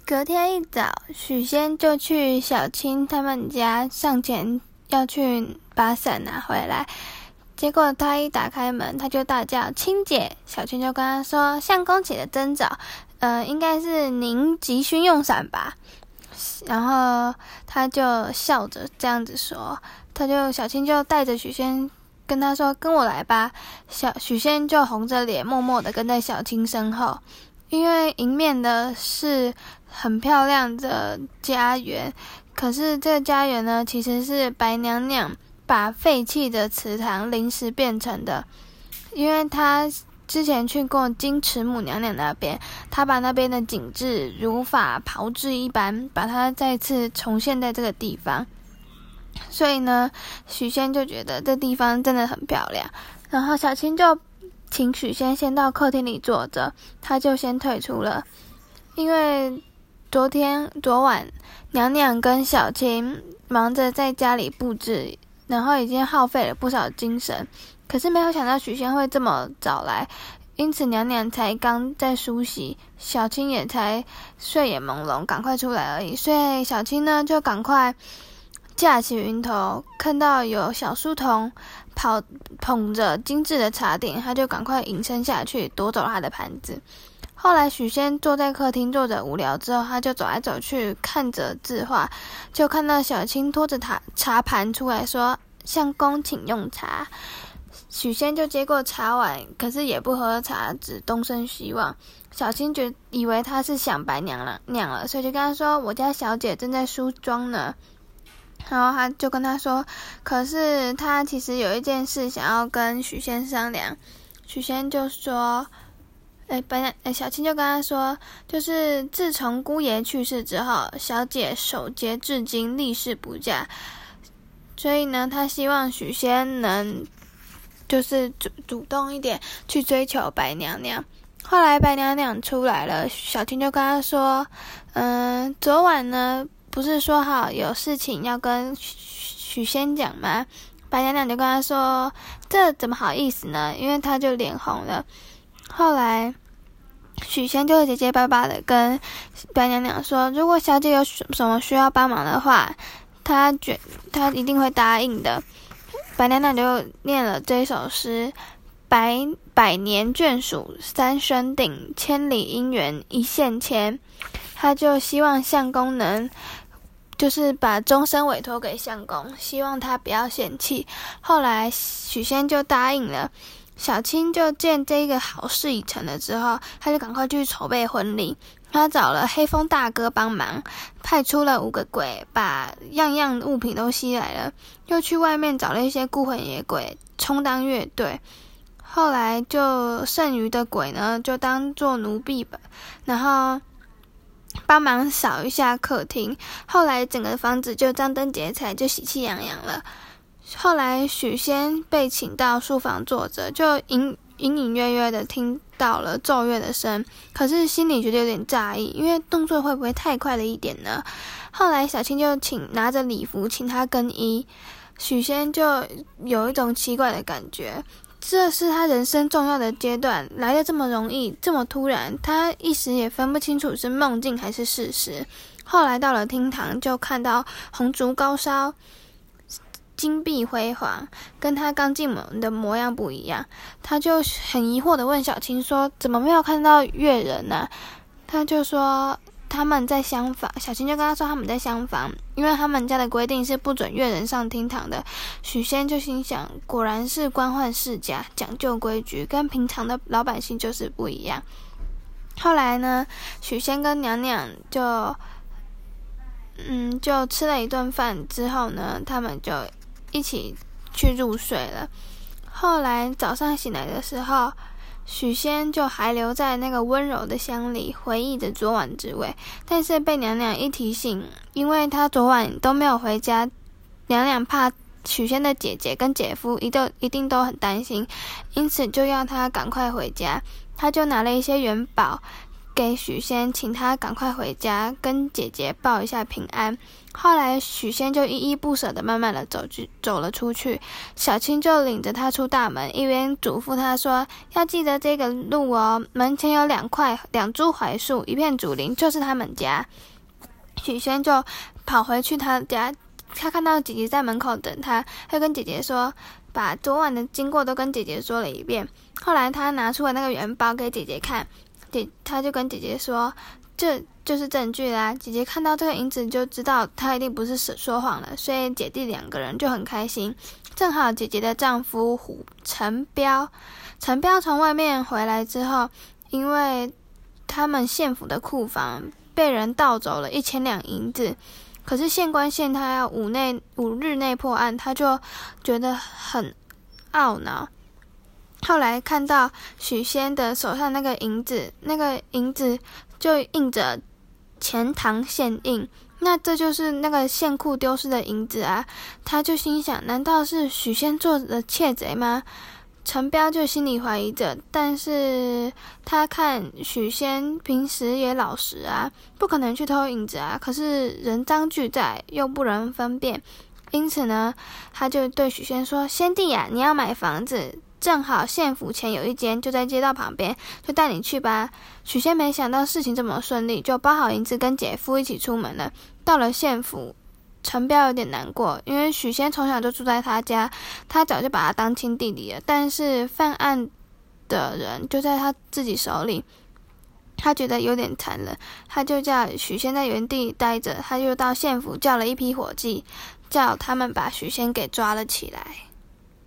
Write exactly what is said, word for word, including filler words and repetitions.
隔天一早，许仙就去小青他们家上前要去把伞拿回来，结果他一打开门，他就大叫青姐，小青就跟他说相公起得真早，呃，应该是您急需用伞吧。然后他就笑着这样子说，他就小青就带着许仙跟他说跟我来吧。小许仙就红着脸默默的跟在小青身后，因为迎面的是很漂亮的家园，可是这个家园呢其实是白娘娘把废弃的祠堂临时变成的。因为她之前去过金池母娘娘那边，她把那边的景致如法炮制一般，把它再次重现在这个地方。所以呢，许仙就觉得这地方真的很漂亮，然后小青就请许仙先到客厅里坐着，他就先退出了。因为昨天昨晚娘娘跟小青忙着在家里布置，然后已经耗费了不少精神，可是没有想到许仙会这么早来，因此娘娘才刚在梳洗，小青也才睡眼朦胧赶快出来而已。所以小青呢就赶快架起云头，看到有小书童跑捧着精致的茶点，他就赶快隐身下去夺走了他的盘子。后来许仙坐在客厅坐着无聊之后，他就走来走去看着字画，就看到小青拖着茶茶盘出来说相公请用茶。许仙就接过茶碗，可是也不喝茶，只东升西望。小青就以为他是想白娘了娘了，所以就跟他说我家小姐正在梳妆呢。然后他就跟他说，可是他其实有一件事想要跟许仙商量。许仙就说诶白娘诶小青就跟他说，就是自从姑爷去世之后，小姐守节至今立誓不嫁，所以呢他希望许仙能就是主主动一点去追求白娘娘。后来白娘娘出来了，小青就跟他说嗯，昨晚呢不是说好有事情要跟许仙讲吗？白娘娘就跟他说这怎么好意思呢，因为他就脸红了。后来许仙就结结巴巴的跟白娘娘说，如果小姐有什么需要帮忙的话，他觉他一定会答应的。白娘娘就念了这首诗，百百年眷属三生定，千里姻缘一线牵。他就希望相公能就是把终身委托给相公，希望他不要嫌弃。后来许仙就答应了。小青就见这个好事已成了之后，他就赶快去筹备婚礼。他找了黑风大哥帮忙，派出了五个鬼，把样样物品都吸来了，又去外面找了一些孤魂野鬼充当乐队。后来就剩余的鬼呢就当做奴婢吧，然后帮忙扫一下客厅。后来整个房子就张灯结彩，就喜气洋洋了。后来许仙被请到书房坐着，就隐隐隐约约的听到了奏乐的声，可是心里觉得有点诧异，因为动作会不会太快了一点呢？后来小青就请拿着礼服请他更衣，许仙就有一种奇怪的感觉，这是他人生重要的阶段，来得这么容易这么突然，他一时也分不清楚是梦境还是事实。后来到了厅堂，就看到红烛高烧，金碧辉煌，跟他刚进门的模样不一样。他就很疑惑的问小青说，怎么没有看到乐人呢？他就说他们在厢房。小青就跟他说他们在厢房，因为他们家的规定是不准乐人上厅堂的。许仙就心想，果然是官宦世家，讲究规矩，跟平常的老百姓就是不一样。后来呢，许仙跟娘娘就嗯就吃了一顿饭之后呢，他们就一起去入睡了。后来早上醒来的时候，许仙就还留在那个温柔的乡里，回忆着昨晚之味，但是被娘娘一提醒，因为他昨晚都没有回家，娘娘怕许仙的姐姐跟姐夫一定一定都很担心，因此就要他赶快回家。他就拿了一些元宝给许仙，请他赶快回家跟姐姐报一下平安。后来许仙就依依不舍的慢慢的走走了出去，小青就领着他出大门，一边嘱咐他说要记得这个路哦，门前有两块两株槐树，一片竹林，就是他们家。许仙就跑回去他家，他看到姐姐在门口等他，他跟姐姐说，把昨晚的经过都跟姐姐说了一遍。后来他拿出了那个元宝给姐姐看，姐他就跟姐姐说，这就是证据啦。姐姐看到这个银子就知道他一定不是说谎了，所以姐弟两个人就很开心。正好姐姐的丈夫虎陈彪，陈彪从外面回来之后，因为他们县府的库房被人盗走了一千两银子，可是县官限他要五内五日内破案，他就觉得很懊恼。后来看到许仙的手上那个银子，那个银子就印着钱塘县印，那这就是那个县库丢失的银子啊。他就心想，难道是许仙做的窃贼吗？陈彪就心里怀疑着，但是他看许仙平时也老实啊，不可能去偷银子啊，可是人赃俱在，又不能分辨，因此呢，他就对许仙说，仙弟啊，你要买房子，正好县府前有一间，就在街道旁边，就带你去吧。许仙没想到事情这么顺利，就包好银子跟姐夫一起出门了。到了县府，陈彪有点难过，因为许仙从小就住在他家，他早就把他当亲弟弟了，但是犯案的人就在他自己手里，他觉得有点残忍，他就叫许仙在原地待着，他就到县府叫了一批伙计，叫他们把许仙给抓了起来。